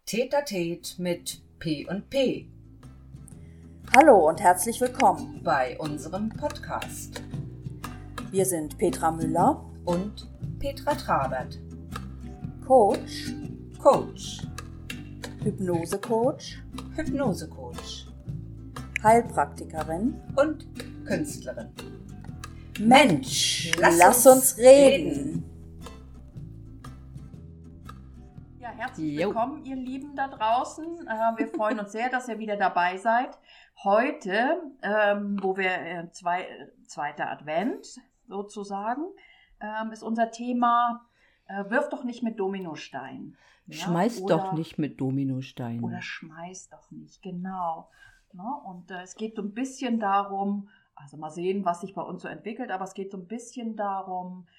Tete-a-Tete mit P&P Hallo und herzlich willkommen bei unserem Podcast. Wir sind Petra Müller Und Petra Trabert, Coach, Hypnosecoach, Hypnosecoach, Heilpraktikerin und Künstlerin. Mensch, lass uns reden. Ja, herzlich willkommen, ihr Lieben da draußen. Wir freuen uns sehr, dass ihr wieder dabei seid. Heute, wo wir zweiter Advent sozusagen, ist unser Thema wirf doch nicht mit Dominosteinen. Ja? Schmeiß doch nicht mit Dominosteinen. Oder schmeiß doch nicht, genau. Ne? Und es geht so ein bisschen darum, also mal sehen, was sich bei uns so entwickelt, aber es geht so ein bisschen darum,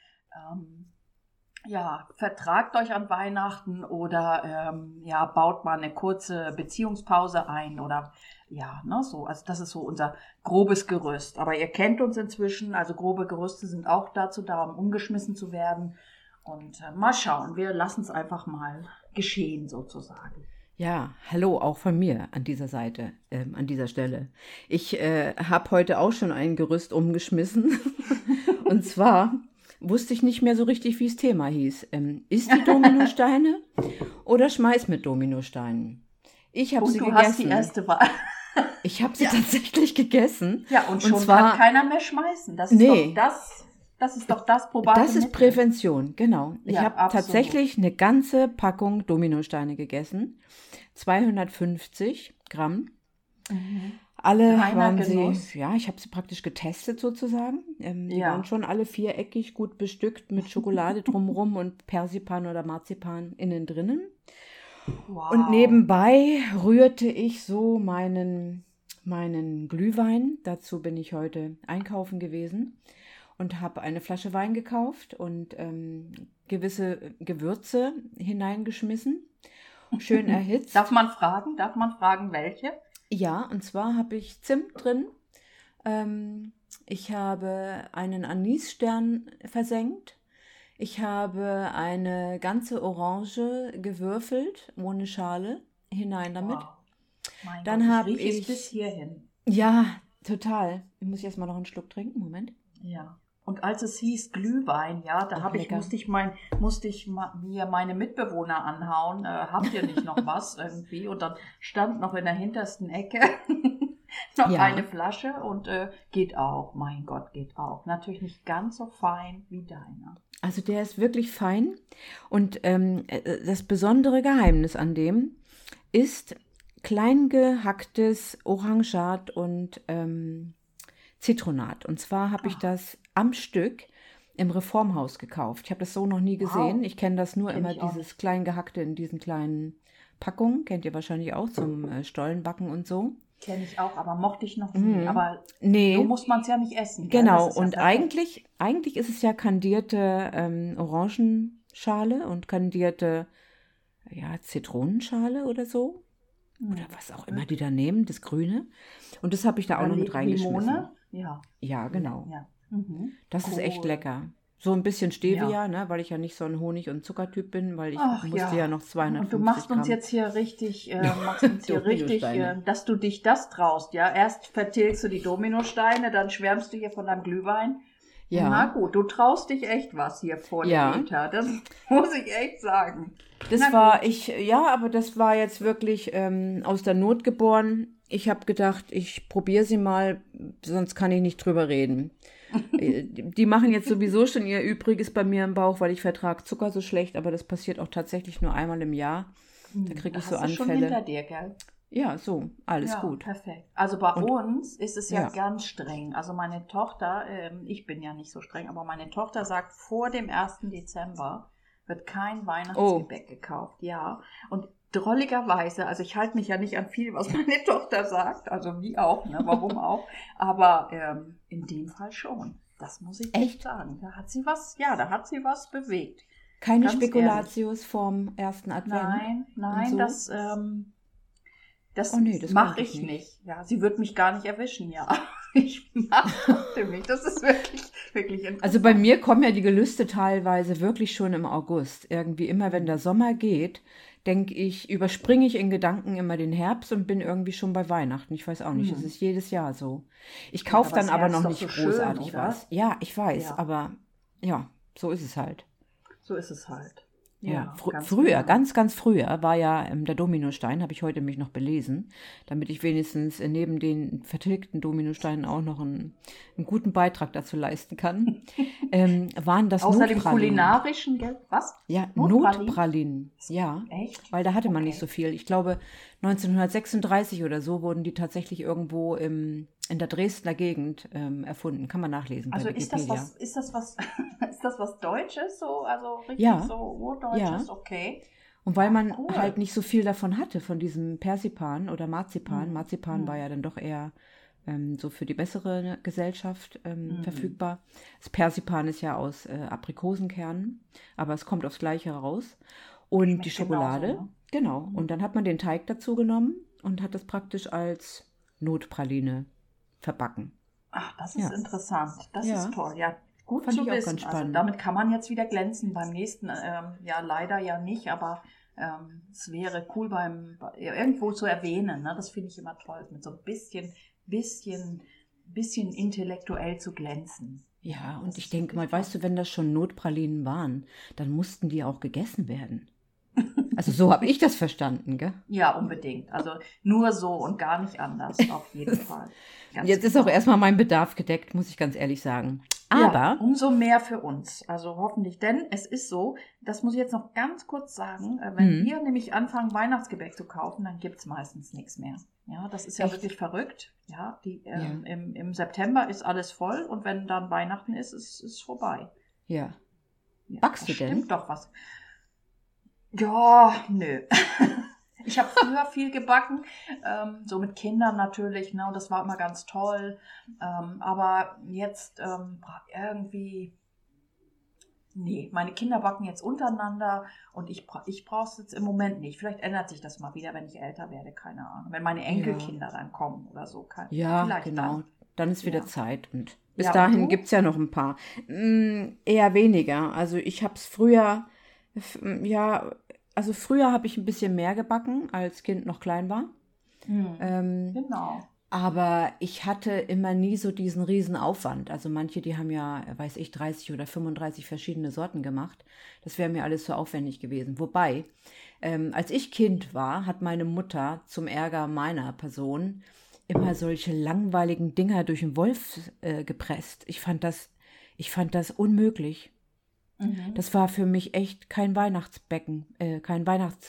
vertragt euch an Weihnachten oder baut mal eine kurze Beziehungspause ein oder so. Also das ist so unser grobes Gerüst. Aber ihr kennt uns inzwischen, also grobe Gerüste sind auch dazu da, um umgeschmissen zu werden. Und mal schauen, wir lassen es einfach mal geschehen sozusagen. Ja, hallo auch von mir an dieser Seite, an dieser Stelle. Ich habe heute auch schon ein Gerüst umgeschmissen. Und zwar wusste ich nicht mehr so richtig, wie das Thema hieß. Isst die Dominosteine oder schmeiß mit Dominosteinen? Ich habe sie gegessen. Du hast die erste Wahl. Ich habe sie tatsächlich gegessen. Ja, und schon kann keiner mehr schmeißen. Das ist doch das probate Das ist Mittel. Prävention, genau. Ich habe absolut. tatsächlich eine ganze Packung Dominosteine gegessen. 250 Gramm. Mhm. Alle Reiner waren Genuss. sie, ich habe sie praktisch getestet sozusagen. Die waren schon alle viereckig gut bestückt mit Schokolade drumherum und Persipan oder Marzipan innen drinnen. Wow. Und nebenbei rührte ich so meinen Glühwein. Dazu bin ich heute einkaufen gewesen und habe eine Flasche Wein gekauft und gewisse Gewürze hineingeschmissen. Schön erhitzt. Darf man fragen, welche? Ja, und zwar habe ich Zimt drin. Ich habe einen Anisstern versenkt. Ich habe eine ganze Orange gewürfelt, ohne Schale, hinein damit. Wow. Mein Dann Gott, habe riech es ich bis hierhin. Ja, total. Ich muss erst mal noch einen Schluck trinken. Moment. Ja. Und als es hieß Glühwein, musste ich mir meine Mitbewohner anhauen. Habt ihr nicht noch was irgendwie? Und dann stand noch in der hintersten Ecke noch eine Flasche und geht auch. Mein Gott, geht auch. Natürlich nicht ganz so fein wie deiner. Also der ist wirklich fein. Und das besondere Geheimnis an dem ist klein gehacktes Orangat und Zitronat. Und zwar habe ich das am Stück im Reformhaus gekauft. Ich habe das so noch nie gesehen. Ich kenne das nur immer, dieses klein gehackte in diesen kleinen Packungen. Kennt ihr wahrscheinlich auch zum Stollenbacken und so. Kenne ich auch, aber mochte ich noch nie. Aber nee. So muss man es ja nicht essen. Gell? Genau, Das ist ja und perfekt. eigentlich ist es ja kandierte Orangenschale und kandierte Zitronenschale oder so. Oder was auch immer die da nehmen, das Grüne. Und das habe ich da auch noch mit reingeschmissen. Limone? Ja. Ja, genau. Ja. Mhm. Das ist echt lecker. So ein bisschen Stevia, ne, weil ich ja nicht so ein Honig- und Zuckertyp bin, weil ich musste ja noch 250 Und du machst uns Gramm. Jetzt hier richtig, dass du dich das traust, ja. Erst vertilgst du die Dominosteine, dann schwärmst du hier von deinem Glühwein. Ja. Na gut, du traust dich echt was hier vor der Peter. Das muss ich echt sagen. Aber das war jetzt wirklich aus der Not geboren. Ich habe gedacht, ich probiere sie mal, sonst kann ich nicht drüber reden. Die machen jetzt sowieso schon ihr Übriges bei mir im Bauch, weil ich vertrage Zucker so schlecht, aber das passiert auch tatsächlich nur einmal im Jahr. Da kriege ich so Anfälle. Schon hinter dir, gell? Ja, so, alles gut. Perfekt. Also bei uns ist es ja ganz streng. Also meine Tochter, ich bin ja nicht so streng, aber meine Tochter sagt, vor dem 1. Dezember wird kein Weihnachtsgebäck gekauft. Ja, und drolligerweise, also ich halte mich ja nicht an viel, was meine Tochter sagt, also wie auch, ne, warum auch, aber in dem Fall schon. Das muss ich echt sagen. Da hat sie was bewegt. Keine Ganz Spekulatius vom 1. Advent? Nein, so? Das das mache ich nicht. Ja, sie wird mich gar nicht erwischen, ja. Ich mache trotzdem nicht. Das ist wirklich interessant. Also bei mir kommen ja die Gelüste teilweise wirklich schon im August. Irgendwie immer, wenn der Sommer geht, überspringe ich in Gedanken immer den Herbst und bin irgendwie schon bei Weihnachten. Ich weiß auch nicht, es ist jedes Jahr so. Ich kaufe dann aber noch nicht großartig was. Ja, ich weiß, aber ja, so ist es halt. So ist es halt. Ja, früher, ganz, ganz früher war ja der Dominostein, habe ich heute mich noch belesen, damit ich wenigstens neben den vertilgten Dominosteinen auch noch einen guten Beitrag dazu leisten kann, waren das außer Notpralinen. Dem kulinarischen, gell? Was? Ja, Notpralinen. Ja, echt? Weil da hatte man nicht so viel. Ich glaube, 1936 oder so wurden die tatsächlich irgendwo in der Dresdner Gegend erfunden. Kann man nachlesen also bei Wikipedia. Ist das was Deutsches? So, also richtig so Urdeutsches? Okay. Und weil man halt nicht so viel davon hatte, von diesem Persipan oder Marzipan. Marzipan war ja dann doch eher so für die bessere Gesellschaft verfügbar. Das Persipan ist ja aus Aprikosenkernen, aber es kommt aufs Gleiche raus. Und die Schokolade, genauso, ne? Genau. Und dann hat man den Teig dazu genommen und hat das praktisch als Notpraline verbacken. Ach, das ist interessant. Das ist toll. Ja, gut Fand zu ich auch wissen. ganz spannend. Also damit kann man jetzt wieder glänzen. Beim nächsten, ja leider ja nicht, aber es wäre cool irgendwo zu erwähnen. Ne? Das finde ich immer toll, mit so ein bisschen intellektuell zu glänzen. Ja, und ich denke mal, weißt du, wenn das schon Notpralinen waren, dann mussten die auch gegessen werden. Also so habe ich das verstanden, gell? Ja, unbedingt. Also nur so und gar nicht anders, auf jeden Fall. Jetzt ist auch erstmal mein Bedarf gedeckt, muss ich ganz ehrlich sagen. Aber ja, umso mehr für uns. Also hoffentlich, denn es ist so, das muss ich jetzt noch ganz kurz sagen, wenn wir nämlich anfangen, Weihnachtsgebäck zu kaufen, dann gibt es meistens nichts mehr. Ja, das ist ja wirklich verrückt. Ja, im September ist alles voll und wenn dann Weihnachten ist, ist es vorbei. Ja. Backst du denn? Stimmt doch was. Ja, nö. Ich habe früher viel gebacken, so mit Kindern natürlich, ne, und das war immer ganz toll. Aber jetzt irgendwie, nee, meine Kinder backen jetzt untereinander und ich brauche es jetzt im Moment nicht. Vielleicht ändert sich das mal wieder, wenn ich älter werde, keine Ahnung. Wenn meine Enkelkinder dann kommen oder so. Ja, genau. Dann ist wieder Zeit und bis dahin gibt es ja noch ein paar. Eher weniger. Also ich habe es früher... früher habe ich ein bisschen mehr gebacken, als Kind noch klein war. Genau. Aber ich hatte immer nie so diesen riesen Aufwand. Also manche, die haben ja, 30 oder 35 verschiedene Sorten gemacht. Das wäre mir alles so aufwendig gewesen. Wobei, als ich Kind war, hat meine Mutter zum Ärger meiner Person immer solche langweiligen Dinger durch den Wolf gepresst. Ich fand das unmöglich. Das war für mich echt kein Weihnachtsbecken, keine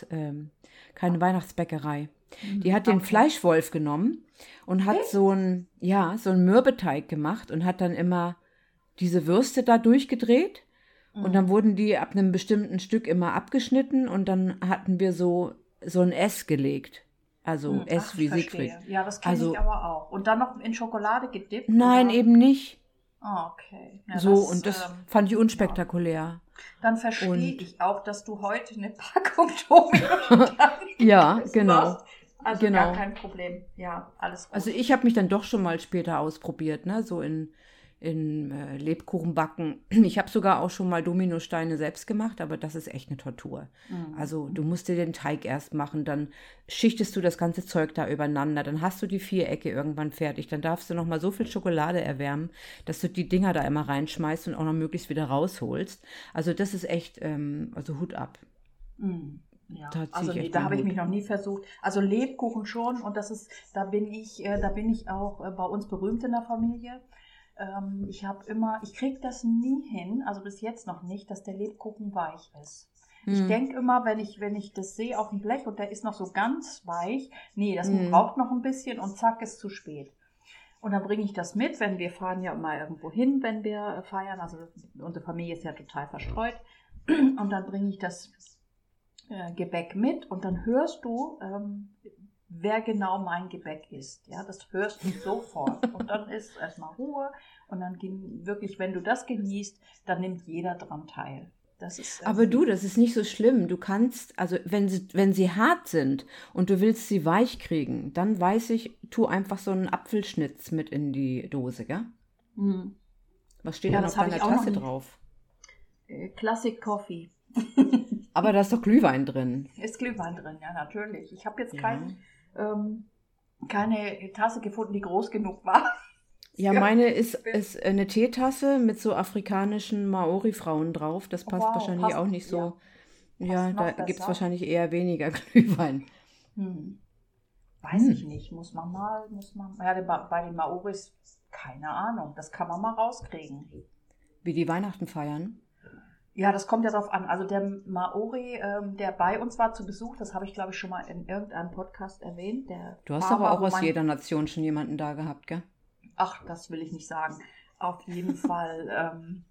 Weihnachtsbäckerei. Die hat den Fleischwolf genommen und hat so einen Mürbeteig gemacht und hat dann immer diese Würste da durchgedreht und dann wurden die ab einem bestimmten Stück immer abgeschnitten und dann hatten wir so ein S gelegt. Also S wie Siegfried. Ja, das kenne ich aber auch. Und dann noch in Schokolade gedippt? Nein, eben nicht. Ah, okay. Ja, das fand ich unspektakulär. Dann verstehe ich auch, dass du heute eine Packung Dominosteine ja, genau. Also gar kein Problem. Ja, alles gut. Also ich habe mich dann doch schon mal später ausprobiert, ne? So in Lebkuchenbacken. Ich habe sogar auch schon mal Dominosteine selbst gemacht, aber das ist echt eine Tortur. Also du musst dir den Teig erst machen, dann schichtest du das ganze Zeug da übereinander, dann hast du die Vierecke irgendwann fertig, dann darfst du noch mal so viel Schokolade erwärmen, dass du die Dinger da immer reinschmeißt und auch noch möglichst wieder rausholst. Also das ist echt, Hut ab. Ja, also da habe ich mich noch nie versucht. Also Lebkuchen schon und da bin ich auch bei uns berühmt in der Familie. Ich kriege das nie hin, also bis jetzt noch nicht, dass der Lebkuchen weich ist. Ich denke immer, wenn ich das sehe auf dem Blech und der ist noch so ganz weich, nee, das braucht noch ein bisschen und zack, ist zu spät. Und dann bringe ich das mit, wir fahren ja immer irgendwo hin, wenn wir feiern, also unsere Familie ist ja total verstreut und dann bringe ich das Gebäck mit und dann hörst du, wer genau mein Gebäck ist. Ja, das hörst du sofort. Und dann ist erstmal Ruhe und dann wirklich, wenn du das genießt, dann nimmt jeder dran teil. Aber das ist nicht so schlimm. Du kannst, also wenn sie hart sind und du willst sie weich kriegen, dann tu einfach so einen Apfelschnitz mit in die Dose, gell? Was steht da auf deiner Tasse drauf? Classic Coffee. Aber da ist doch Glühwein drin. Ist Glühwein drin, ja, natürlich. Ich habe jetzt keine Tasse gefunden, die groß genug war. Ja, meine ist eine Teetasse mit so afrikanischen Maori-Frauen drauf. Das passt wahrscheinlich auch nicht so. Ja, da gibt es wahrscheinlich eher weniger Glühwein. Weiß ich nicht. Muss man mal. Ja, bei den Maoris, keine Ahnung. Das kann man mal rauskriegen. Wie die Weihnachten feiern? Ja, das kommt ja drauf an. Also der Maori, der bei uns war zu Besuch, das habe ich, glaube ich, schon mal in irgendeinem Podcast erwähnt. Du hast aber auch aus jeder Nation schon jemanden da gehabt, gell? Ach, das will ich nicht sagen. Auf jeden Fall,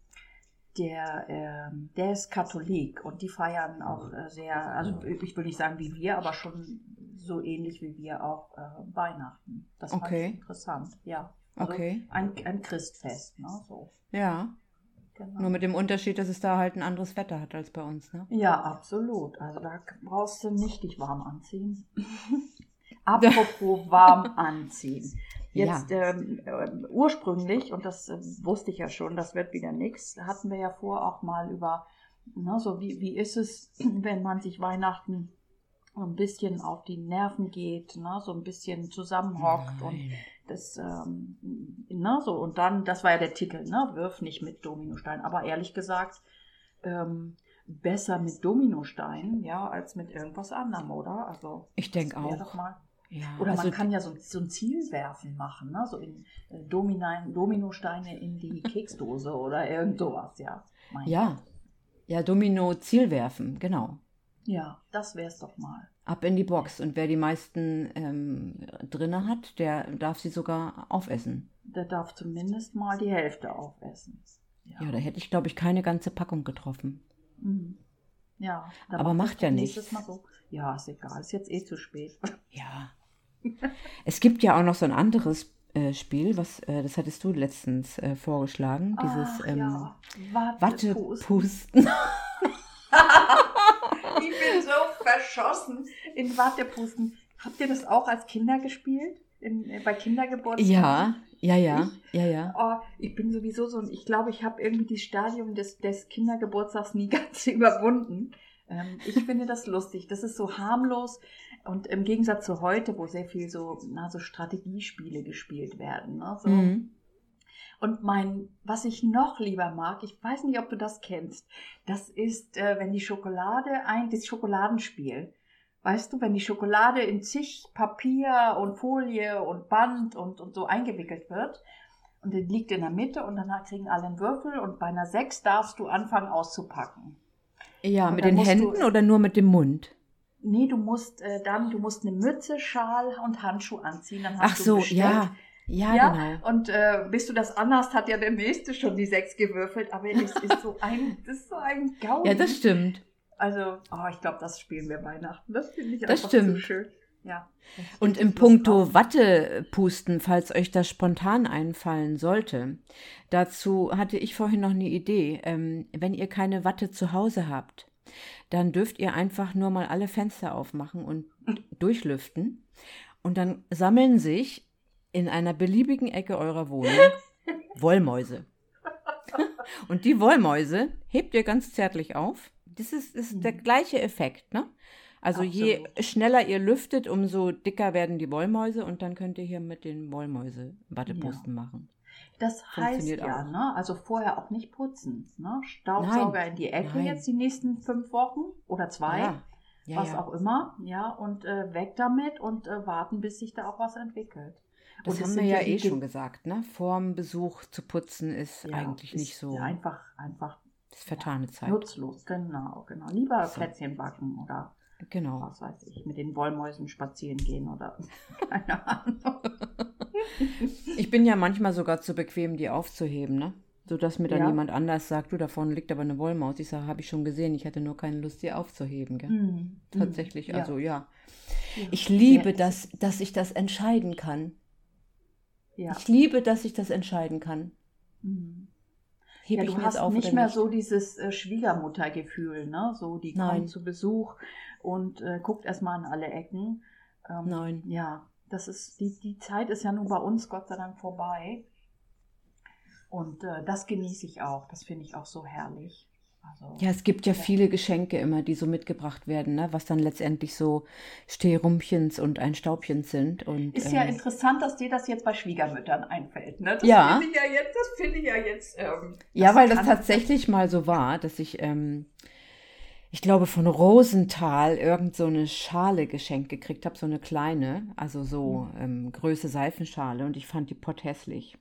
der ist Katholik und die feiern auch sehr, also ich will nicht sagen wie wir, aber schon so ähnlich wie wir auch Weihnachten. Das fand ich interessant, ja. Also ein Christfest, ne? So. Ja. Genau. Nur mit dem Unterschied, dass es da halt ein anderes Wetter hat als bei uns, ne? Ja, absolut. Also da brauchst du nicht dich warm anziehen. Apropos warm anziehen. Jetzt ursprünglich, und das wusste ich ja schon, das wird wieder nichts, hatten wir ja vor auch mal über, so wie ist es, wenn man sich Weihnachten ein bisschen auf die Nerven geht, so ein bisschen zusammenhockt und das, so, und dann, das war ja der Titel, wirf nicht mit Dominosteinen, aber ehrlich gesagt, besser mit Dominosteinen, ja, als mit irgendwas anderem, oder? Also, ich denke auch. Doch mal. Ja, oder also man kann ja so ein Zielwerfen machen, so in Dominosteine in die Keksdose oder irgend sowas, ja. Ja, Domino-Zielwerfen, genau. Ja, das wär's doch mal. Ab in die Box. Und wer die meisten drinne hat, der darf sie sogar aufessen. Der darf zumindest mal die Hälfte aufessen. Ja, da hätte ich, glaube ich, keine ganze Packung getroffen. Mhm. Ja. Aber macht ja nichts. Mal so. Ja, ist egal. Ist jetzt zu spät. Ja. Es gibt ja auch noch so ein anderes Spiel, das hattest du letztens vorgeschlagen. Dieses Wattepusten. Ich bin so verschossen in Wattepusten. Habt ihr das auch als Kinder gespielt? Bei Kindergeburtstagen? Ja. Oh, ich bin sowieso so, ich glaube, ich habe irgendwie das Stadium des Kindergeburtstags nie ganz überwunden. Ich finde das lustig. Das ist so harmlos und im Gegensatz zu heute, wo sehr viel so Strategiespiele gespielt werden. Ne? So. Mhm. Und was ich noch lieber mag, ich weiß nicht, ob du das kennst, das ist, wenn die das Schokoladenspiel. Weißt du, wenn die Schokolade in zig Papier und Folie und Band und so eingewickelt wird und die liegt in der Mitte und danach kriegen alle einen Würfel und bei einer 6 darfst du anfangen auszupacken. Ja, mit den Händen oder nur mit dem Mund? Nee, du musst eine Mütze, Schal und Handschuh anziehen. Dann hast du bestellt. Ja, genau. Und bis du das anhast, hat ja der Nächste schon die 6 gewürfelt. Aber es ist so ein Gaudi. Ja, das stimmt. Also, ich glaube, das spielen wir Weihnachten. Das finde ich einfach so schön. Ja. Und im Punkto Wattepusten, falls euch das spontan einfallen sollte, dazu hatte ich vorhin noch eine Idee. Wenn ihr keine Watte zu Hause habt, dann dürft ihr einfach nur mal alle Fenster aufmachen und durchlüften. Und dann sammeln sich in einer beliebigen Ecke eurer Wohnung Wollmäuse. Und die Wollmäuse hebt ihr ganz zärtlich auf. Das ist der gleiche Effekt, ne? Also je schneller ihr lüftet, umso dicker werden die Wollmäuse und dann könnt ihr hier mit den Wollmäuse-Wattepusten machen. Das heißt ja, ne? Also vorher auch nicht putzen. Ne? Staubsauger in die Ecke jetzt die nächsten 5 Wochen oder 2, was auch immer. Ja, und weg damit und warten, bis sich da auch was entwickelt. Das haben wir ja schon gesagt, ne? Vorm Besuch zu putzen ist eigentlich nicht so. Einfach. Das ist vertane Zeit. Nutzlos, genau. Lieber Plätzchen backen oder genau. Was weiß ich, mit den Wollmäusen spazieren gehen oder keine Ahnung. Ich bin ja manchmal sogar zu bequem, die aufzuheben, ne? Sodass mir dann jemand anders sagt, da vorne liegt aber eine Wollmaus. Ich sage, habe ich schon gesehen, ich hatte nur keine Lust, die aufzuheben, gell? Tatsächlich, also ja. Ich liebe dass ich das entscheiden kann. Ja. Ich liebe, dass ich das entscheiden kann. Ja, du hast nicht mehr so dieses Schwiegermuttergefühl, ne? So, die kommt zu Besuch und guckt erstmal an alle Ecken. Nein. Ja, das ist, die Zeit ist ja nun bei uns Gott sei Dank vorbei. Und das genieße ich auch. Das finde ich auch so herrlich. Also, Ja, es gibt ja viele Geschenke immer, die so mitgebracht werden, ne? Was dann letztendlich so Stehrumpchens und ein Staubchens sind. Und, ist ja interessant, dass dir das jetzt bei Schwiegermüttern einfällt, ne? Ja. Das finde ich ja jetzt. Ja, weil das tatsächlich mal so war, dass ich glaube, von Rosenthal irgend so eine Schale geschenkt gekriegt habe, so eine kleine, also so Größe Seifenschale, und ich fand die potthässlich.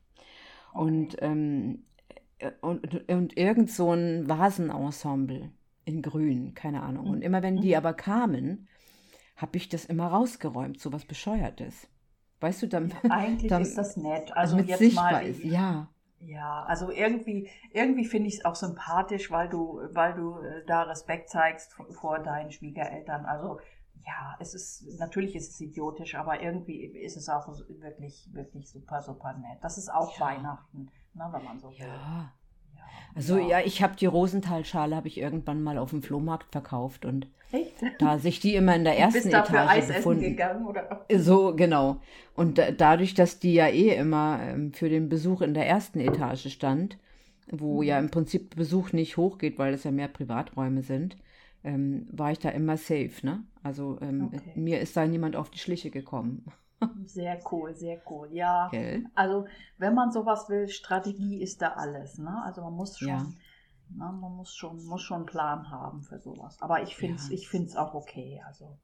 Okay. Und irgend so ein Vasenensemble in Grün, keine Ahnung. Und immer wenn die aber kamen, habe ich das immer rausgeräumt, so was Bescheuertes. Weißt du, dann Eigentlich ist das nett. Also damit jetzt sichtbar mal, ist, ja. Ja, also irgendwie finde ich es auch sympathisch, weil du da Respekt zeigst vor deinen Schwiegereltern. Also ja, natürlich ist es idiotisch, aber irgendwie ist es auch wirklich, wirklich super, super nett. Das ist auch Weihnachten, ne, wenn man so will. Ja. Also ja, ich habe die Rosenthal-Schale habe ich irgendwann mal auf dem Flohmarkt verkauft und Echt? da sich die immer in der ersten Bist da für Etage Eis befunden. essen gegangen, oder? So, genau. Und dadurch, dass die ja immer für den Besuch in der ersten Etage stand, wo ja im Prinzip Besuch nicht hochgeht, weil es ja mehr Privaträume sind, war ich da immer safe, ne? Also Okay. mir ist da niemand auf die Schliche gekommen. Sehr cool, ja. Gell? Also wenn man sowas will, Strategie ist da alles, ne? Also man muss schon, Ja. man muss schon einen Plan haben für sowas. Aber ich find's auch okay. Also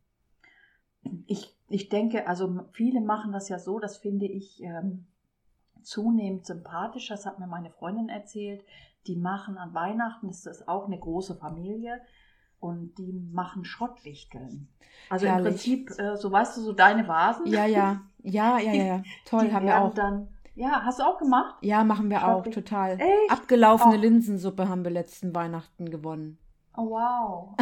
ich denke, also viele machen das ja so, das finde ich zunehmend sympathisch. Das hat mir meine Freundin erzählt. Die machen an Weihnachten, das ist auch eine große Familie, und die machen Schrottwichteln. Also Herrlich. im Prinzip, so weißt du, so deine Vasen. Ja. Toll, Die haben wir werden auch. Ja, hast du auch gemacht? Ja, machen wir auch, Schrottwichteln. total. Echt? Abgelaufene Oh. Linsensuppe haben wir letzten Weihnachten gewonnen. Oh, wow.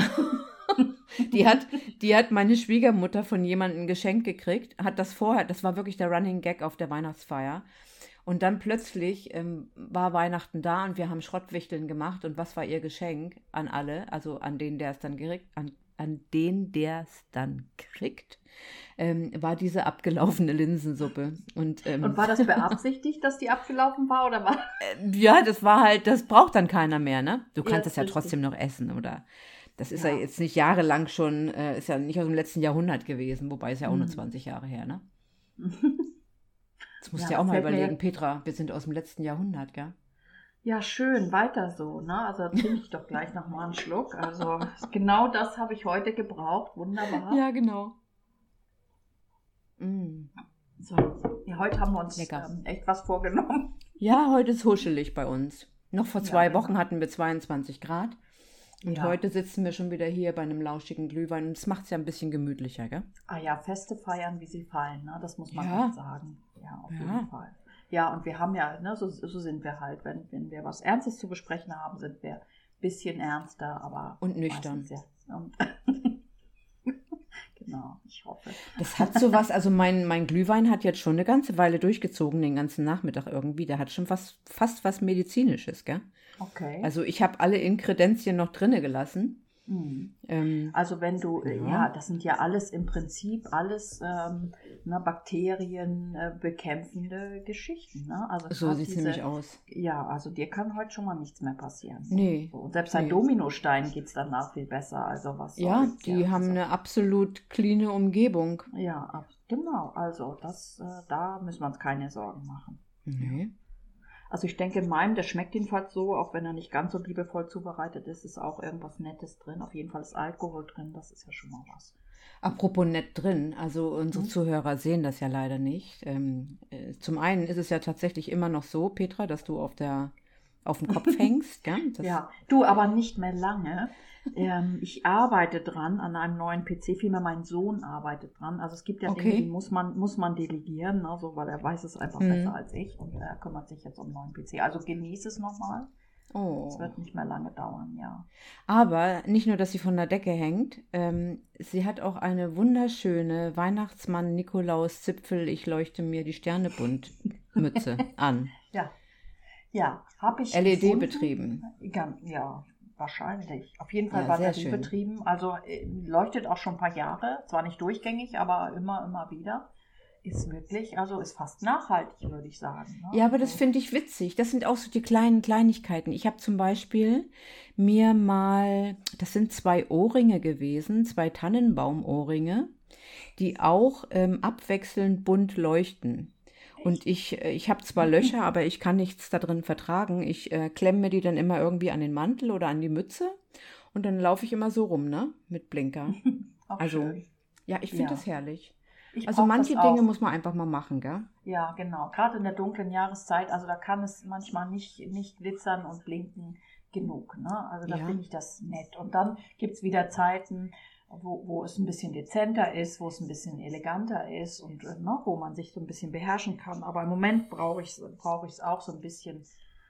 Die hat meine Schwiegermutter von jemandem ein Geschenk gekriegt, hat das vorher, das war wirklich der Running Gag auf der Weihnachtsfeier. Und dann plötzlich war Weihnachten da und wir haben Schrottwichteln gemacht. Und was war ihr Geschenk an alle, also an den, der es dann kriegt, war diese abgelaufene Linsensuppe. Und war das beabsichtigt, dass die abgelaufen war, oder war? Ja, das war halt, das braucht dann keiner mehr, ne? Du kannst es ja richtig. trotzdem noch essen, oder? Das ist ja jetzt nicht jahrelang schon, ist ja nicht aus dem letzten Jahrhundert gewesen, wobei es ja auch nur 20 Jahre her, ne? Das musst du ja auch mal überlegen, Petra, wir sind aus dem letzten Jahrhundert, gell? Ja, schön, weiter so, ne? Also trinke ich doch gleich noch mal einen Schluck. Also genau das habe ich heute gebraucht, wunderbar. Ja, genau. So, ja, heute haben wir uns echt was vorgenommen. Ja, heute ist huschelig bei uns. Noch vor 2 Wochen hatten wir 22 Grad. Und heute sitzen wir schon wieder hier bei einem lauschigen Glühwein. Und das macht es ja ein bisschen gemütlicher, gell? Ah ja, Feste feiern, wie sie fallen, ne? Das muss man halt sagen. Ja, auf jeden Fall. Ja, und wir haben ja, ne, so sind wir halt, wenn wir was Ernstes zu besprechen haben, sind wir ein bisschen ernster, aber... Und nüchtern. Genau, ich hoffe. Das hat sowas, also mein Glühwein hat jetzt schon eine ganze Weile durchgezogen, den ganzen Nachmittag irgendwie. Der hat schon fast was Medizinisches, gell? Okay. Also ich habe alle Inkredenzien noch drinne gelassen. Also wenn du, das sind ja alles im Prinzip Bakterien bekämpfende Geschichten. Ne? Also so sieht es nämlich aus. Ja, also dir kann heute schon mal nichts mehr passieren. Nee. So, und selbst bei Dominosteinen geht es danach viel besser. Also was die haben eine absolut cleane Umgebung. Ja, genau. Also da müssen wir uns keine Sorgen machen. Nee. Also ich denke, in meinem, der schmeckt jedenfalls so, auch wenn er nicht ganz so liebevoll zubereitet ist, ist auch irgendwas Nettes drin. Auf jeden Fall ist Alkohol drin, das ist ja schon mal was. Apropos nett drin, also unsere Zuhörer sehen das ja leider nicht. Zum einen ist es ja tatsächlich immer noch so, Petra, dass du auf dem Kopf hängst. Gell? Ja, du, aber nicht mehr lange. Ich arbeite dran an einem neuen PC, vielmehr mein Sohn arbeitet dran. Also es gibt ja Dinge, die muss man delegieren, ne, so, weil er weiß es einfach besser als ich, und er kümmert sich jetzt um einen neuen PC. Also genieße es nochmal. Es wird nicht mehr lange dauern, ja. Aber nicht nur, dass sie von der Decke hängt, sie hat auch eine wunderschöne Weihnachtsmann-Nikolaus-Zipfel, ich leuchte mir die Sterne bunt Mütze an. Ja, habe ich LED betrieben. Ja, wahrscheinlich. Auf jeden Fall batteriebetrieben. Also leuchtet auch schon ein paar Jahre. Zwar nicht durchgängig, aber immer wieder. ist wirklich, also ist fast nachhaltig, würde ich sagen. Ne? Ja, aber das finde ich witzig. Das sind auch so die kleinen Kleinigkeiten. Ich habe zum Beispiel mir mal, das sind 2 Ohrringe gewesen, 2 Tannenbaum-Ohrringe, die auch abwechselnd bunt leuchten. Und ich habe zwar Löcher, aber ich kann nichts da drin vertragen. Ich klemme mir die dann immer irgendwie an den Mantel oder an die Mütze und dann laufe ich immer so rum, ne, mit Blinker. Also, schön. Ja, ich finde das herrlich. Also manche Dinge muss man einfach mal machen, gell? Ja, genau. Gerade in der dunklen Jahreszeit, also da kann es manchmal nicht glitzern und blinken genug. Ne? Also da finde ich das nett. Und dann gibt es wieder Zeiten, wo es ein bisschen dezenter ist, wo es ein bisschen eleganter ist und wo man sich so ein bisschen beherrschen kann. Aber im Moment brauche ich es auch so ein bisschen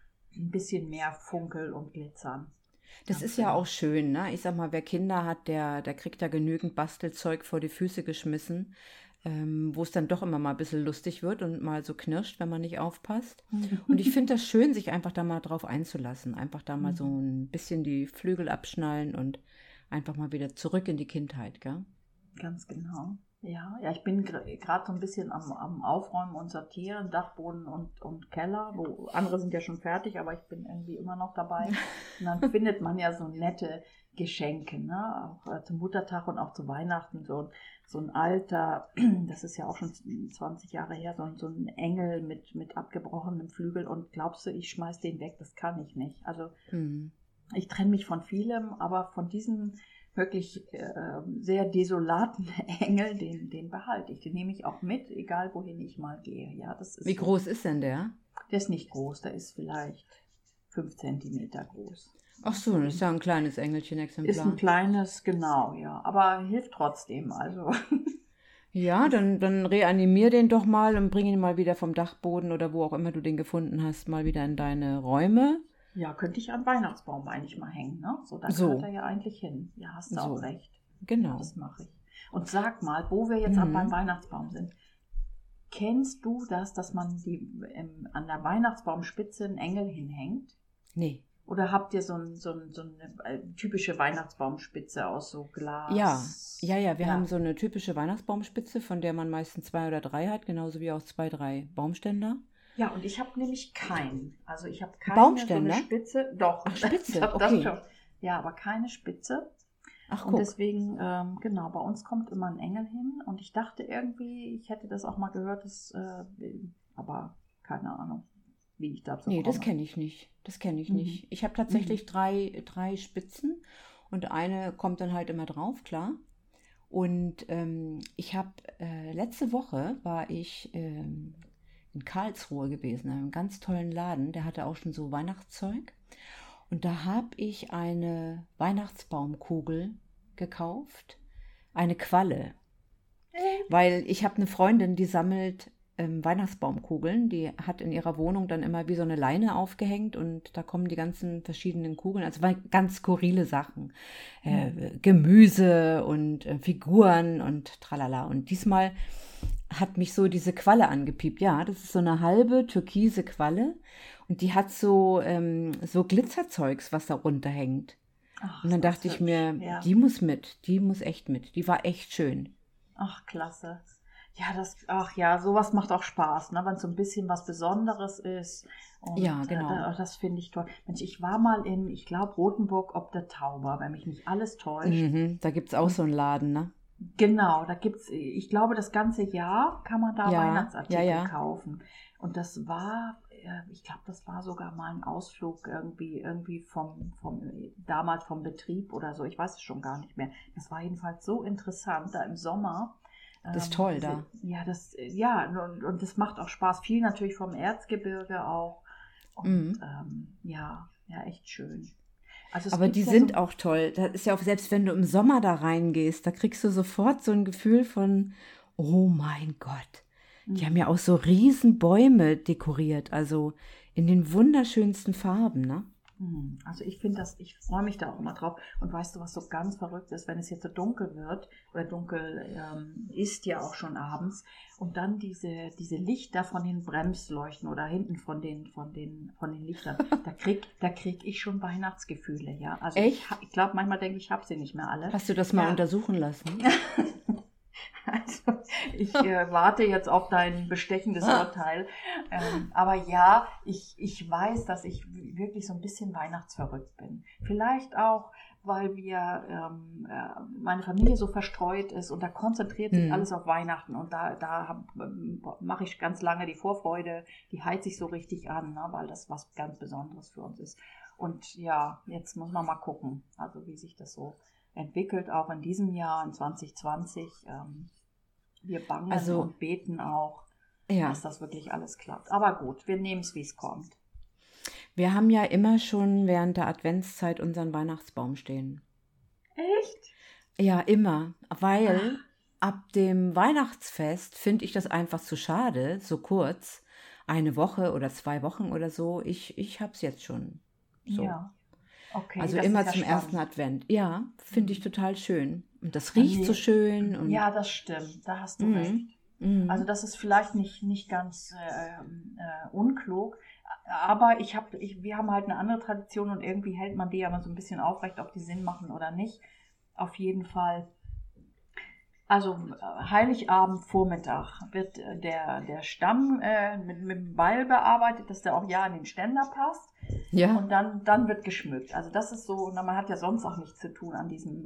mehr Funkel und Glitzern. Das ist ja auch schön, ne? Ich sag mal, wer Kinder hat, der kriegt da genügend Bastelzeug vor die Füße geschmissen, wo es dann doch immer mal ein bisschen lustig wird und mal so knirscht, wenn man nicht aufpasst. Und ich finde das schön, sich einfach da mal drauf einzulassen. Einfach da mal so ein bisschen die Flügel abschnallen und einfach mal wieder zurück in die Kindheit, gell? Ganz genau. Ja, ich bin gerade so ein bisschen am Aufräumen und Sortieren, Dachboden und Keller, wo andere sind ja schon fertig, aber ich bin irgendwie immer noch dabei. Und dann findet man ja so nette Geschenke, ne? Auch zum Muttertag und auch zu Weihnachten, so ein alter, das ist ja auch schon 20 Jahre her, so ein Engel mit abgebrochenem Flügel, und glaubst du, ich schmeiß den weg? Das kann ich nicht. Also ich trenne mich von vielem, aber von diesem wirklich sehr desolaten Engel, den behalte ich. Den nehme ich auch mit, egal wohin ich mal gehe. Ja, das ist Wie groß ist denn der? Der ist nicht groß, der ist vielleicht 5 Zentimeter groß. Ach so, das ist ja ein kleines Engelchen-Exemplar. Ist ein kleines, genau, ja. Aber hilft trotzdem, also. Ja, dann reanimier den doch mal und bring ihn mal wieder vom Dachboden oder wo auch immer du den gefunden hast, mal wieder in deine Räume. Ja, könnte ich am Weihnachtsbaum eigentlich mal hängen, ne? So, da gehört er ja eigentlich hin. Ja, hast du auch recht. Genau. Ja, das mache ich. Und sag mal, wo wir jetzt beim Weihnachtsbaum sind. Kennst du das, dass man an der Weihnachtsbaumspitze einen Engel hinhängt? Nee. Oder habt ihr so eine typische Weihnachtsbaumspitze aus so Glas? Ja, wir haben so eine typische Weihnachtsbaumspitze, von der man meistens 2 oder 3 hat, genauso wie auch 2, 3 Baumständer. Ja, und ich habe nämlich keinen. Also ich habe keine Baumständer? So eine Spitze. Doch. Ach, Spitze, ich okay. Das schon. Ja, aber keine Spitze. Ach, und guck. deswegen, genau, bei uns kommt immer ein Engel hin. Und ich dachte irgendwie, ich hätte das auch mal gehört, aber keine Ahnung, wie ich dazu komme. Nee, das kenne ich nicht. Nicht. Ich habe tatsächlich 3 Spitzen und eine kommt dann halt immer drauf, klar. Und ich habe, letzte Woche war ich in Karlsruhe gewesen, in einem ganz tollen Laden, der hatte auch schon so Weihnachtszeug. Und da habe ich eine Weihnachtsbaumkugel gekauft, eine Qualle. Weil ich habe eine Freundin, die sammelt Weihnachtsbaumkugeln, die hat in ihrer Wohnung dann immer wie so eine Leine aufgehängt und da kommen die ganzen verschiedenen Kugeln, also ganz skurrile Sachen, Gemüse und Figuren und tralala. Und diesmal hat mich so diese Qualle angepiept. Ja, das ist so eine halbe türkise Qualle und die hat so Glitzerzeugs, was da runterhängt. Ach, und dann dachte ich mir, die muss echt mit. Die war echt schön. Ach, klasse. Ja, sowas macht auch Spaß, ne? Wenn es so ein bisschen was Besonderes ist. Und, ja, genau. Das finde ich toll. Mensch, ich war mal ich glaube, Rothenburg ob der Tauber, wenn mich nicht alles täuscht. Da gibt es auch so einen Laden, ne? Genau, da gibt's, ich glaube, das ganze Jahr kann man da Weihnachtsartikel kaufen. Und das war, ich glaube, das war sogar mal ein Ausflug irgendwie damals vom Betrieb oder so. Ich weiß es schon gar nicht mehr. Das war jedenfalls so interessant, da im Sommer. Das ist toll da. Ja, und das macht auch Spaß. Viel natürlich vom Erzgebirge auch. Und echt schön. Also aber die sind auch toll. Das ist ja auch, selbst wenn du im Sommer da reingehst, da kriegst du sofort so ein Gefühl von, oh mein Gott. Die haben ja auch so riesen Bäume dekoriert, also in den wunderschönsten Farben, ne? Also ich freue mich da auch immer drauf. Und weißt du, was so ganz verrückt ist, wenn es jetzt so dunkel wird, oder dunkel ist ja auch schon abends, und dann diese Lichter von den Bremsleuchten oder hinten von den Lichtern, da krieg ich schon Weihnachtsgefühle, ja. Also echt? Ich glaube, manchmal denke ich, habe sie nicht mehr alle. Hast du das mal untersuchen lassen? Also Ich warte jetzt auf dein bestechendes Urteil. Aber ja, ich weiß, dass ich wirklich so ein bisschen weihnachtsverrückt bin. Vielleicht auch, weil meine Familie so verstreut ist und da konzentriert sich alles auf Weihnachten und da mache ich ganz lange die Vorfreude, die heizt sich so richtig an, ne, weil das was ganz Besonderes für uns ist. Und ja, jetzt muss man mal gucken, also wie sich das so entwickelt, auch in diesem Jahr, in 2020. Wir bangen und beten auch, dass das wirklich alles klappt. Aber gut, wir nehmen es, wie es kommt. Wir haben ja immer schon während der Adventszeit unseren Weihnachtsbaum stehen. Echt? Ja, immer, weil ab dem Weihnachtsfest finde ich das einfach zu schade, so kurz, eine Woche oder 2 Wochen oder so. Ich habe es jetzt schon so. Ja. Okay, also immer zum ersten Advent. Ja, finde ich total schön. Und das riecht so schön. Und ja, das stimmt. Da hast du recht. Also das ist vielleicht nicht ganz unklug. Aber wir haben halt eine andere Tradition und irgendwie hält man die ja mal so ein bisschen aufrecht, ob die Sinn machen oder nicht. Auf jeden Fall. Also Heiligabend Vormittag wird der Stamm mit dem Beil bearbeitet, dass der auch in den Ständer passt. Ja. Und dann wird geschmückt. Also das ist so, man hat ja sonst auch nichts zu tun an diesem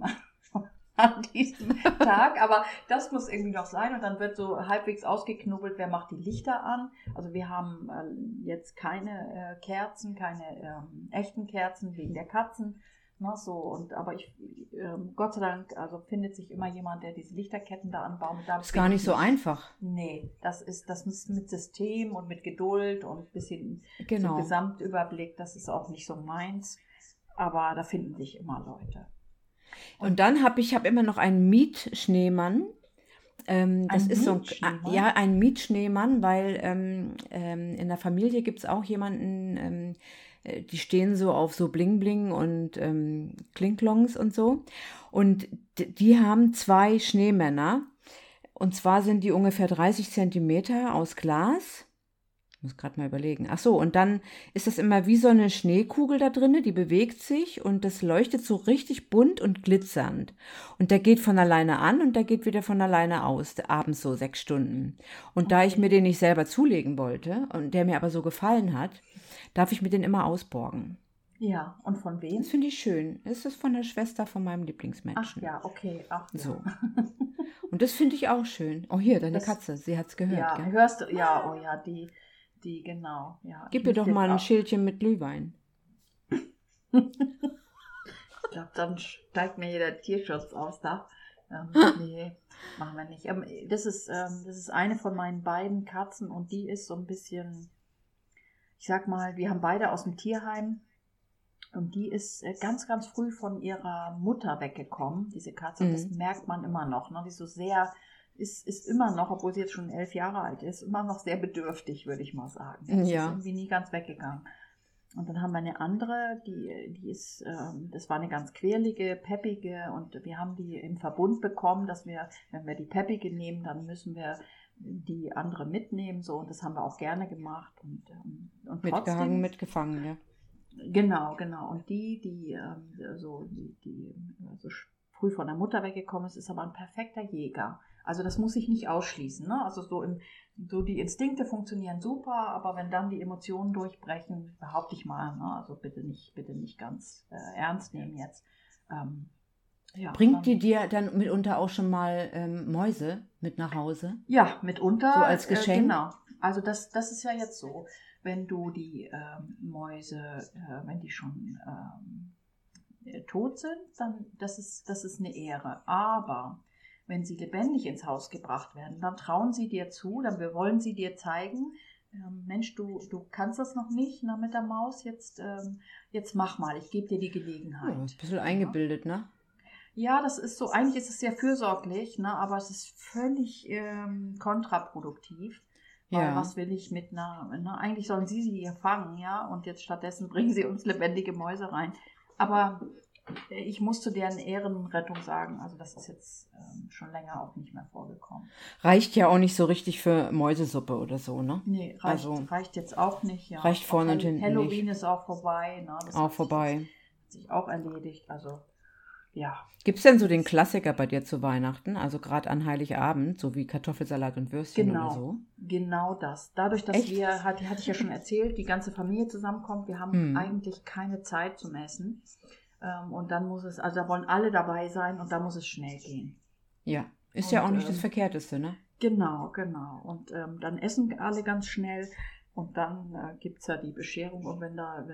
Tag, aber das muss irgendwie noch sein und dann wird so halbwegs ausgeknubbelt, wer macht die Lichter an. Also wir haben jetzt keine Kerzen, keine echten Kerzen wegen der Katzen. Na, so, aber Gott sei Dank, also findet sich immer jemand, der diese Lichterketten da anbaut. Das ist gar nicht so einfach. Nee, das ist mit System und mit Geduld und ein bisschen so Gesamtüberblick, das ist auch nicht so meins, aber da finden sich immer Leute. Und dann habe ich immer noch einen Mietschneemann. Das ist so ein Mietschneemann, weil in der Familie gibt es auch jemanden, die stehen so auf so Bling Bling und Klinklongs und so. Und die haben 2 Schneemänner. Und zwar sind die ungefähr 30 Zentimeter aus Glas. Ich muss gerade mal überlegen. Ach so, und dann ist das immer wie so eine Schneekugel da drin, die bewegt sich und das leuchtet so richtig bunt und glitzernd. Und der geht von alleine an und der geht wieder von alleine aus, abends so 6 Stunden. Und da ich mir den nicht selber zulegen wollte und der mir aber so gefallen hat, darf ich mir den immer ausborgen. Ja, und von wem? Das finde ich schön. Es ist von der Schwester von meinem Lieblingsmenschen. Ach ja, okay. Ach ja. So. Und das finde ich auch schön. Oh, hier, deine Katze, sie hat es gehört. Ja, gell? Hörst du? Ja, oh ja, die genau. Ja, gib ihr doch mal ein Schälchen mit Glühwein. Ich glaube, dann steigt mir hier der Tierschutz aufs Dach. Nee, machen wir nicht. Das ist eine von meinen beiden Katzen und die ist so ein bisschen, ich sag mal, wir haben beide aus dem Tierheim und die ist ganz, ganz früh von ihrer Mutter weggekommen, diese Katze. Und das merkt man immer noch. Ne? Die ist so sehr, ist immer noch, obwohl sie jetzt schon 11 Jahre alt ist, immer noch sehr bedürftig, würde ich mal sagen. Die ist irgendwie nie ganz weggegangen. Und dann haben wir eine andere, die ist, das war eine ganz quirlige, peppige und wir haben die im Verbund bekommen, dass wir, wenn wir die peppige nehmen, dann müssen wir die andere mitnehmen, so, und das haben wir auch gerne gemacht und mitgehangen, mitgefangen, ja. Genau. Und die so früh von der Mutter weggekommen ist aber ein perfekter Jäger. Also das muss ich nicht ausschließen, ne? Also so die Instinkte funktionieren super, aber wenn dann die Emotionen durchbrechen, behaupte ich mal, ne? Also bitte nicht ganz ernst nehmen jetzt. Bringt die dir dann mitunter auch schon mal Mäuse mit nach Hause? Ja, mitunter. So als Geschenk? Genau. Also das ist ja jetzt so, wenn du die Mäuse, wenn die schon tot sind, dann das ist eine Ehre. Aber wenn sie lebendig ins Haus gebracht werden, dann trauen sie dir zu, dann wollen sie dir zeigen, Mensch, du kannst das noch nicht, na, mit der Maus, jetzt mach mal, ich gebe dir die Gelegenheit. Oh, ein bisschen eingebildet, ne? Ja, das ist so, eigentlich ist es sehr fürsorglich, ne, aber es ist völlig kontraproduktiv. Weil was will ich mit eigentlich sollen sie hier fangen, ja, und jetzt stattdessen bringen sie uns lebendige Mäuse rein. Aber ich muss zu deren Ehrenrettung sagen, also das ist jetzt schon länger auch nicht mehr vorgekommen. Reicht ja auch nicht so richtig für Mäusesuppe oder so, ne? Nee, reicht jetzt auch nicht. Ja. Reicht vorne und hinten Halloween nicht. ist auch vorbei. Ne? Das auch vorbei. Hat sich auch erledigt. Also ja. Gibt es denn so den Klassiker bei dir zu Weihnachten? Also gerade an Heiligabend, so wie Kartoffelsalat und Würstchen oder so? Genau das. Dadurch, dass hatte ich ja schon erzählt, die ganze Familie zusammenkommt, wir haben eigentlich keine Zeit zum Essen. Und dann muss es, also da wollen alle dabei sein und da muss es schnell gehen. Ja, ist ja auch nicht das Verkehrteste, ne? Genau. Und dann essen alle ganz schnell. Und dann gibt es ja die Bescherung und wenn da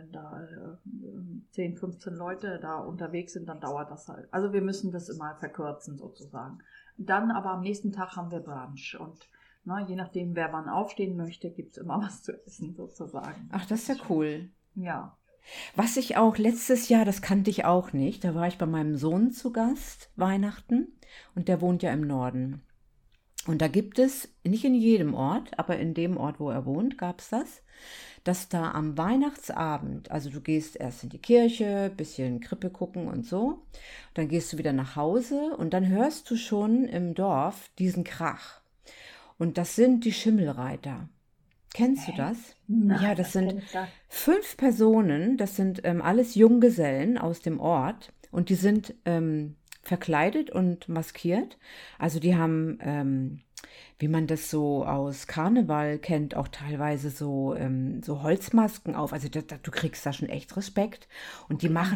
10, 15 Leute da unterwegs sind, dann dauert das halt. Also wir müssen das immer verkürzen sozusagen. Dann aber am nächsten Tag haben wir Brunch und je nachdem, wer wann aufstehen möchte, gibt es immer was zu essen sozusagen. Ach, das ist ja cool. Ja. Was ich auch letztes Jahr, das kannte ich auch nicht, da war ich bei meinem Sohn zu Gast, Weihnachten, und der wohnt ja im Norden. Und da gibt es, nicht in jedem Ort, aber in dem Ort, wo er wohnt, gab es das, dass da am Weihnachtsabend, also du gehst erst in die Kirche, bisschen Krippe gucken und so, dann gehst du wieder nach Hause und dann hörst du schon im Dorf diesen Krach. Und das sind die Schimmelreiter. Kennst du das? Nein, ja, das sind 5 Personen, das sind alles Junggesellen aus dem Ort und die sind verkleidet und maskiert. Also die haben, wie man das so aus Karneval kennt, auch teilweise so Holzmasken auf. Also du kriegst da schon echt Respekt. Und die machen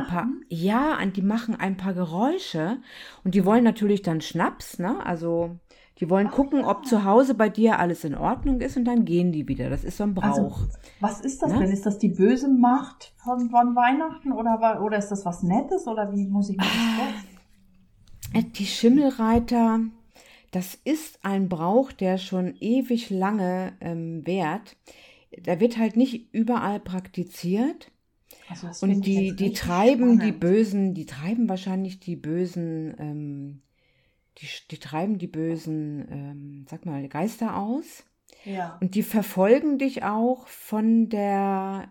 die machen ein paar Geräusche und die wollen natürlich dann Schnaps, ne? Also die wollen gucken, ob zu Hause bei dir alles in Ordnung ist und dann gehen die wieder. Das ist so ein Brauch. Also, was ist das denn? Ist das die böse Macht von Weihnachten oder ist das was Nettes oder wie muss ich mir das vorstellen? Die Schimmelreiter, das ist ein Brauch, der schon ewig lange währt. Der wird halt nicht überall praktiziert. Also das und die treiben spannend. Die treiben wahrscheinlich die bösen die treiben die bösen, Geister aus. Ja. Und die verfolgen dich auch von der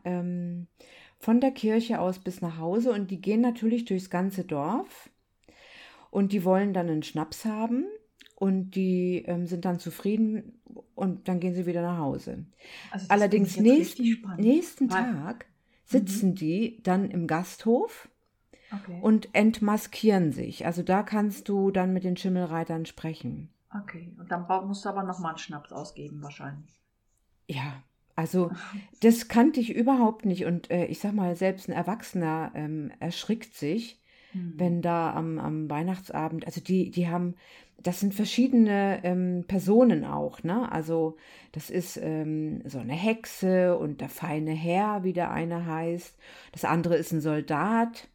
Kirche aus bis nach Hause. Und die gehen natürlich durchs ganze Dorf. Und die wollen dann einen Schnaps haben. Und die sind dann zufrieden. Und dann gehen sie wieder nach Hause. Also allerdings nächsten Tag sitzen die dann im Gasthof. Okay. Und entmaskieren sich. Also da kannst du dann mit den Schimmelreitern sprechen. Okay, und dann musst du aber nochmal einen Schnaps ausgeben wahrscheinlich. Ja, also das kannte ich überhaupt nicht. Und ich sag mal, selbst ein Erwachsener erschrickt sich, wenn da am Weihnachtsabend, also die haben, das sind verschiedene Personen auch, ne? Also das ist so eine Hexe und der feine Herr, wie der eine heißt. Das andere ist ein Soldat.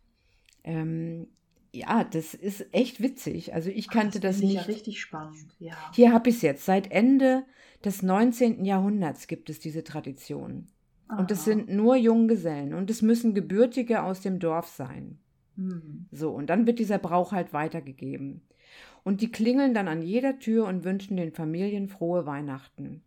Ja, das ist echt witzig. Also ich kannte das nicht. Das ist ja richtig spannend, ja. Hier habe ich es jetzt. Seit Ende des 19. Jahrhunderts gibt es diese Tradition. Aha. Und es sind nur Junggesellen und es müssen Gebürtige aus dem Dorf sein. So, und dann wird dieser Brauch halt weitergegeben. Und die klingeln dann an jeder Tür und wünschen den Familien frohe Weihnachten.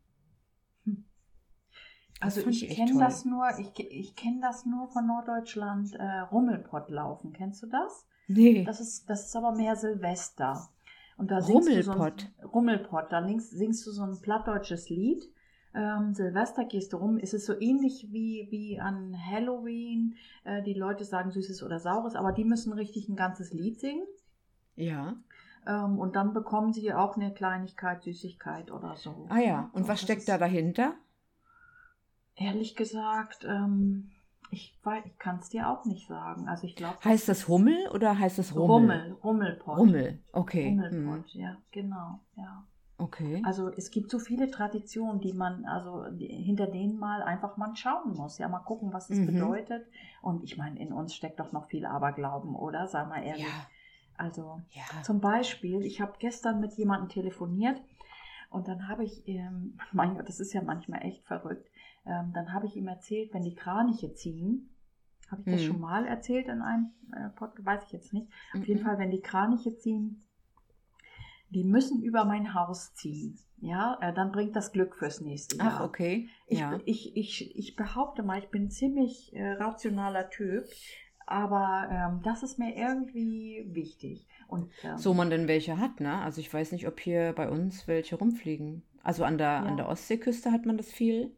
Also ich kenne das nur von Norddeutschland, Rummelpott laufen. Kennst du das? Nee. Das ist aber mehr Silvester. Und da Rummelpott, da singst du so ein plattdeutsches Lied. Silvester gehst du rum. Es ist so ähnlich wie an Halloween. Die Leute sagen Süßes oder Saures, aber die müssen richtig ein ganzes Lied singen. Ja. Und dann bekommen sie auch eine Kleinigkeit, Süßigkeit oder so. Ah ja, und was steckt da dahinter? Ehrlich gesagt, ich kann es dir auch nicht sagen. Also ich glaube. Heißt das Hummel oder heißt das Rummel? Rummelpott. Rummel, okay. Rummelpott, ja, genau, ja. Okay. Also es gibt so viele Traditionen, hinter denen man schauen muss. Ja, mal gucken, was es bedeutet. Und ich meine, in uns steckt doch noch viel Aberglauben, oder? Sei mal ehrlich. Ja. Also zum Beispiel, ich habe gestern mit jemandem telefoniert und dann habe ich, mein Gott, das ist ja manchmal echt verrückt, dann habe ich ihm erzählt, wenn die Kraniche ziehen, habe ich das schon mal erzählt in einem Podcast, weiß ich jetzt nicht. Auf jeden Fall, wenn die Kraniche ziehen, die müssen über mein Haus ziehen. Ja, dann bringt das Glück fürs nächste Jahr. Ach, okay. Ich behaupte mal, ich bin ein ziemlich rationaler Typ, aber das ist mir irgendwie wichtig. Und, so man denn welche hat, ne? Also ich weiß nicht, ob hier bei uns welche rumfliegen. Also an der Ostseeküste hat man das viel.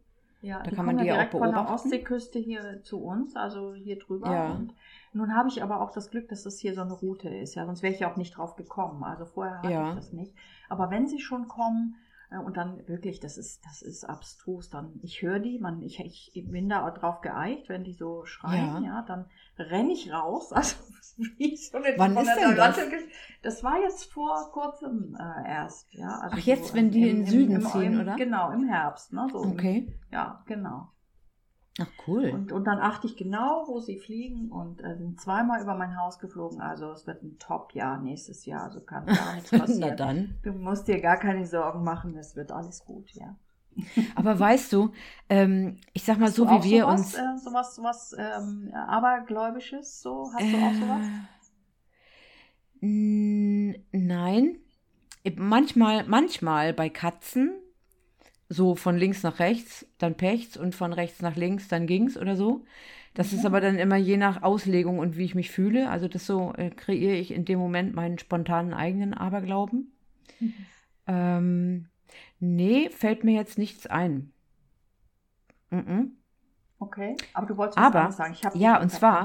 Ja, da die kann man kommen die ja auch direkt von der beobachten. Ostseeküste hier zu uns, also hier drüber. Ja. Und nun habe ich aber auch das Glück, dass das hier so eine Route ist. Ja, sonst wäre ich ja auch nicht drauf gekommen. Also vorher hatte ich das nicht. Aber wenn sie schon kommen und dann wirklich, das ist abstrus, dann ich höre die, ich bin da auch drauf geeicht, wenn die so schreien, ja dann renne ich raus. Also wie so eine Wann ist denn das? Das war jetzt vor kurzem erst, ja. Also ach, jetzt, so, wenn die in den Süden ziehen, oder? Genau, im Herbst, ne? So okay. Ja, genau. Ach, cool. Und dann achte ich genau, wo sie fliegen und sind zweimal über mein Haus geflogen. Also es wird ein Top-Jahr nächstes Jahr, also kann gar nichts passieren. Na dann. Du musst dir gar keine Sorgen machen, es wird alles gut, ja. Aber weißt du, ich sag mal so, wie wir uns... sowas Abergläubisches, so? Hast du auch sowas? Nein. Manchmal bei Katzen, so von links nach rechts, dann Pechs und von rechts nach links, dann ging's oder so. Das ist aber dann immer je nach Auslegung und wie ich mich fühle. Also das so kreiere ich in dem Moment meinen spontanen eigenen Aberglauben. Nee, fällt mir jetzt nichts ein. Okay, aber du wolltest was anderes sagen. Ja,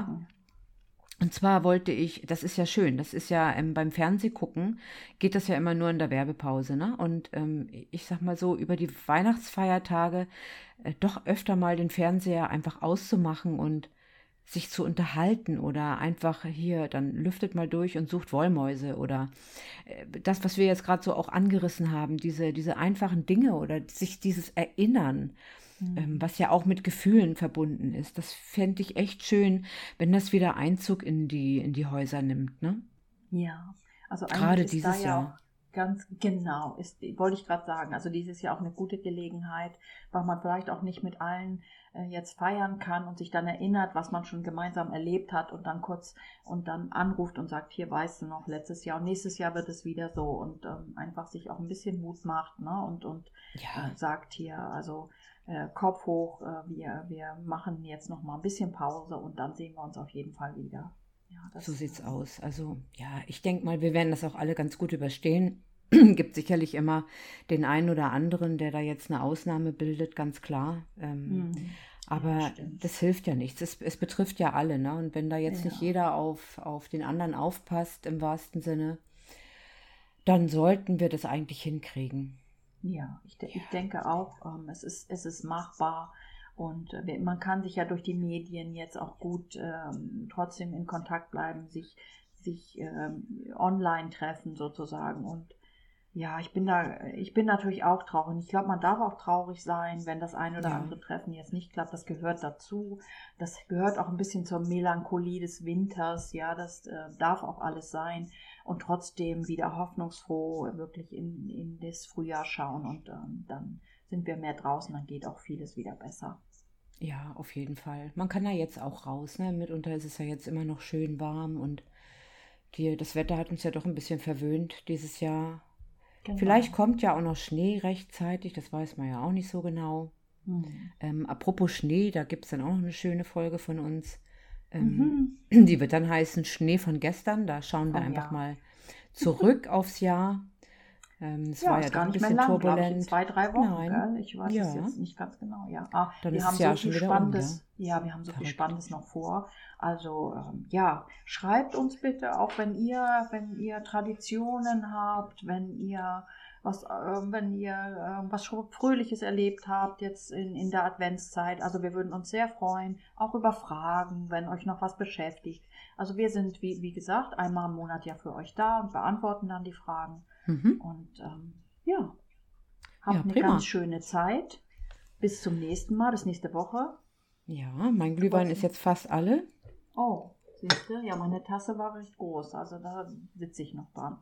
und zwar wollte ich, das ist ja schön, das ist ja beim Fernsehgucken, geht das ja immer nur in der Werbepause, ne? Und ich sag mal so, über die Weihnachtsfeiertage doch öfter mal den Fernseher einfach auszumachen und sich zu unterhalten oder einfach hier, dann lüftet mal durch und sucht Wollmäuse oder das, was wir jetzt gerade so auch angerissen haben, diese einfachen Dinge oder sich dieses Erinnern, was ja auch mit Gefühlen verbunden ist. Das fände ich echt schön, wenn das wieder Einzug in die Häuser nimmt, ne? Ja, also gerade ist dieses da ja Jahr. auch ganz genau, wollte ich gerade sagen, also dieses Jahr auch eine gute Gelegenheit, weil man vielleicht auch nicht mit allen jetzt feiern kann und sich dann erinnert, was man schon gemeinsam erlebt hat und dann anruft und sagt, hier weißt du noch, letztes Jahr und nächstes Jahr wird es wieder so und einfach sich auch ein bisschen Mut macht, ne? und sagt hier, also Kopf hoch, wir machen jetzt noch mal ein bisschen Pause und dann sehen wir uns auf jeden Fall wieder. Ja, so sieht's aus. Also ja, ich denke mal, wir werden das auch alle ganz gut überstehen. Gibt sicherlich immer den einen oder anderen, der da jetzt eine Ausnahme bildet, ganz klar. Aber das hilft ja nichts. Es betrifft ja alle, ne? Und wenn da jetzt nicht jeder auf den anderen aufpasst, im wahrsten Sinne, dann sollten wir das eigentlich hinkriegen. Ja, ich denke auch, es ist machbar und man kann sich ja durch die Medien jetzt auch gut trotzdem in Kontakt bleiben, sich online treffen sozusagen und ja, ich bin natürlich auch traurig. Ich glaube, man darf auch traurig sein, wenn das ein oder andere Treffen jetzt nicht klappt. Das gehört dazu. Das gehört auch ein bisschen zur Melancholie des Winters. Ja, das darf auch alles sein. Und trotzdem wieder hoffnungsfroh wirklich in das Frühjahr schauen. Und dann sind wir mehr draußen. Dann geht auch vieles wieder besser. Ja, auf jeden Fall. Man kann ja jetzt auch raus. Ne? Mitunter ist es ja jetzt immer noch schön warm. Und das Wetter hat uns ja doch ein bisschen verwöhnt dieses Jahr. Genau. Vielleicht kommt ja auch noch Schnee rechtzeitig, das weiß man ja auch nicht so genau. Apropos Schnee, da gibt es dann auch noch eine schöne Folge von uns. Die wird dann heißen Schnee von gestern. Da schauen wir einfach mal zurück aufs Jahr. Es war ja doch ein bisschen turbulent. In 2-3 Wochen, Nein. Gell? Ich weiß es jetzt nicht ganz genau. Ja. Dann wir ist haben es ja so schon viel wieder Spannendes. Ja, wir haben so viel Spannendes noch vor. Also schreibt uns bitte, auch wenn ihr Traditionen habt, wenn ihr was Fröhliches erlebt habt jetzt in der Adventszeit. Also wir würden uns sehr freuen, auch über Fragen, wenn euch noch was beschäftigt. Also wir sind, wie gesagt, einmal im Monat ja für euch da und beantworten dann die Fragen. Und habt eine ganz schöne Zeit. Bis zum nächsten Mal, bis nächste Woche. Ja, mein Glühwein ist jetzt fast alle. Oh, siehst du? Ja, meine Tasse war recht groß, also da sitze ich noch dran.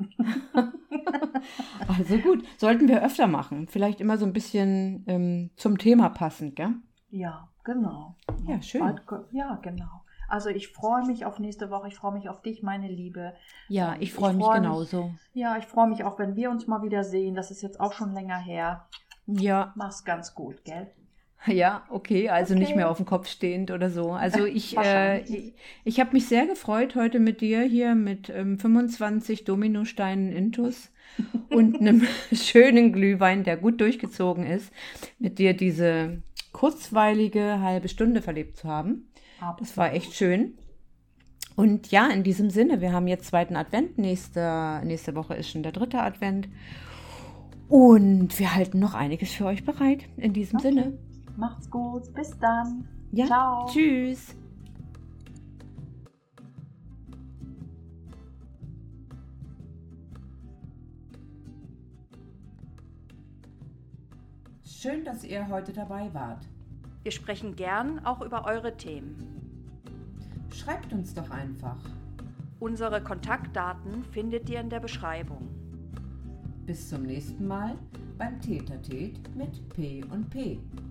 Also gut, sollten wir öfter machen. Vielleicht immer so ein bisschen zum Thema passend, gell? Ja, genau. Ja, schön. Ja, genau. Also ich freue mich auf nächste Woche, ich freue mich auf dich, meine Liebe. Ja, ich freue mich genauso. Ja, ich freue mich auch, wenn wir uns mal wieder sehen. Das ist jetzt auch schon länger her. Ja. Mach's ganz gut, gell? Ja, okay, also nicht mehr auf dem Kopf stehend oder so. Also ich habe mich sehr gefreut heute mit dir hier mit 25 Dominosteinen Intus und einem schönen Glühwein, der gut durchgezogen ist, mit dir diese kurzweilige halbe Stunde verlebt zu haben. Absolut. Das war echt schön. Und ja, in diesem Sinne, wir haben jetzt 2. Advent, nächste Woche ist schon der 3. Advent. Und wir halten noch einiges für euch bereit. In diesem Sinne. Macht's gut. Bis dann. Ja, ciao. Tschüss. Schön, dass ihr heute dabei wart. Wir sprechen gern auch über eure Themen. Schreibt uns doch einfach. Unsere Kontaktdaten findet ihr in der Beschreibung. Bis zum nächsten Mal beim Tete-a-Tete mit P&P.